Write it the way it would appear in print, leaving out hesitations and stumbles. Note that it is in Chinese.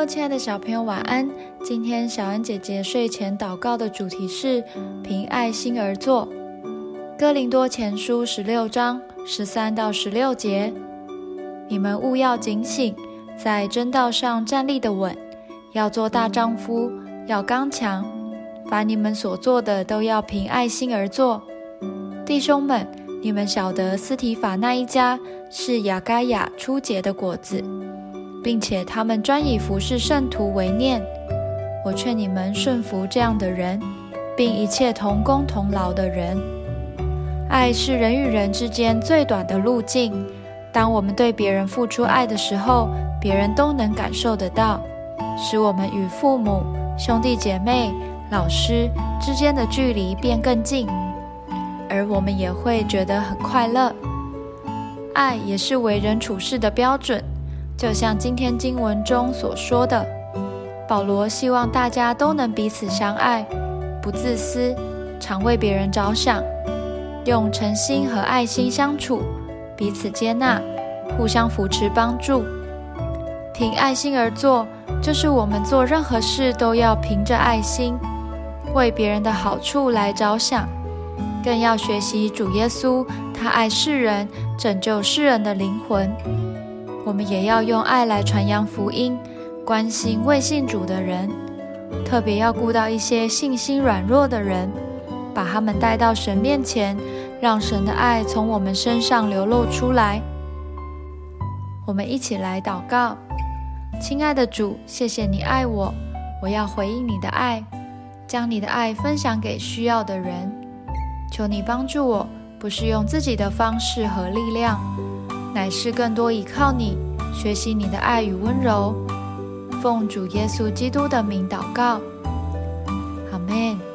Hello， 亲爱的小朋友，晚安。今天小恩姐姐睡前祷告的主题是凭爱心而做。哥林多前书16章13到16节，你们务要警醒，在真道上站立得稳，要做大丈夫，要刚强。凡你们所做的，都要凭爱心而做。弟兄们，你们晓得斯提法那一家是亚该亚初结的果子，并且他们专以服侍圣徒为念。我劝你们顺服这样的人，并一切同工同劳的人。爱是人与人之间最短的路径。当我们对别人付出爱的时候，别人都能感受得到，使我们与父母、兄弟姐妹、老师之间的距离变更近，而我们也会觉得很快乐。爱也是为人处事的标准，就像今天经文中所说的，保罗希望大家都能彼此相爱，不自私，常为别人着想，用诚心和爱心相处，彼此接纳，互相扶持帮助。凭爱心而做，就是我们做任何事都要凭着爱心，为别人的好处来着想，更要学习主耶稣，他爱世人，拯救世人的灵魂。我们也要用爱来传扬福音，关心未信主的人，特别要顾到一些信心软弱的人，把他们带到神面前，让神的爱从我们身上流露出来。我们一起来祷告。亲爱的主，谢谢你爱我，我要回应你的爱，将你的爱分享给需要的人。求你帮助我，不是用自己的方式和力量，乃是更多依靠你，学习你的爱与温柔。奉主耶稣基督的名祷告，阿们。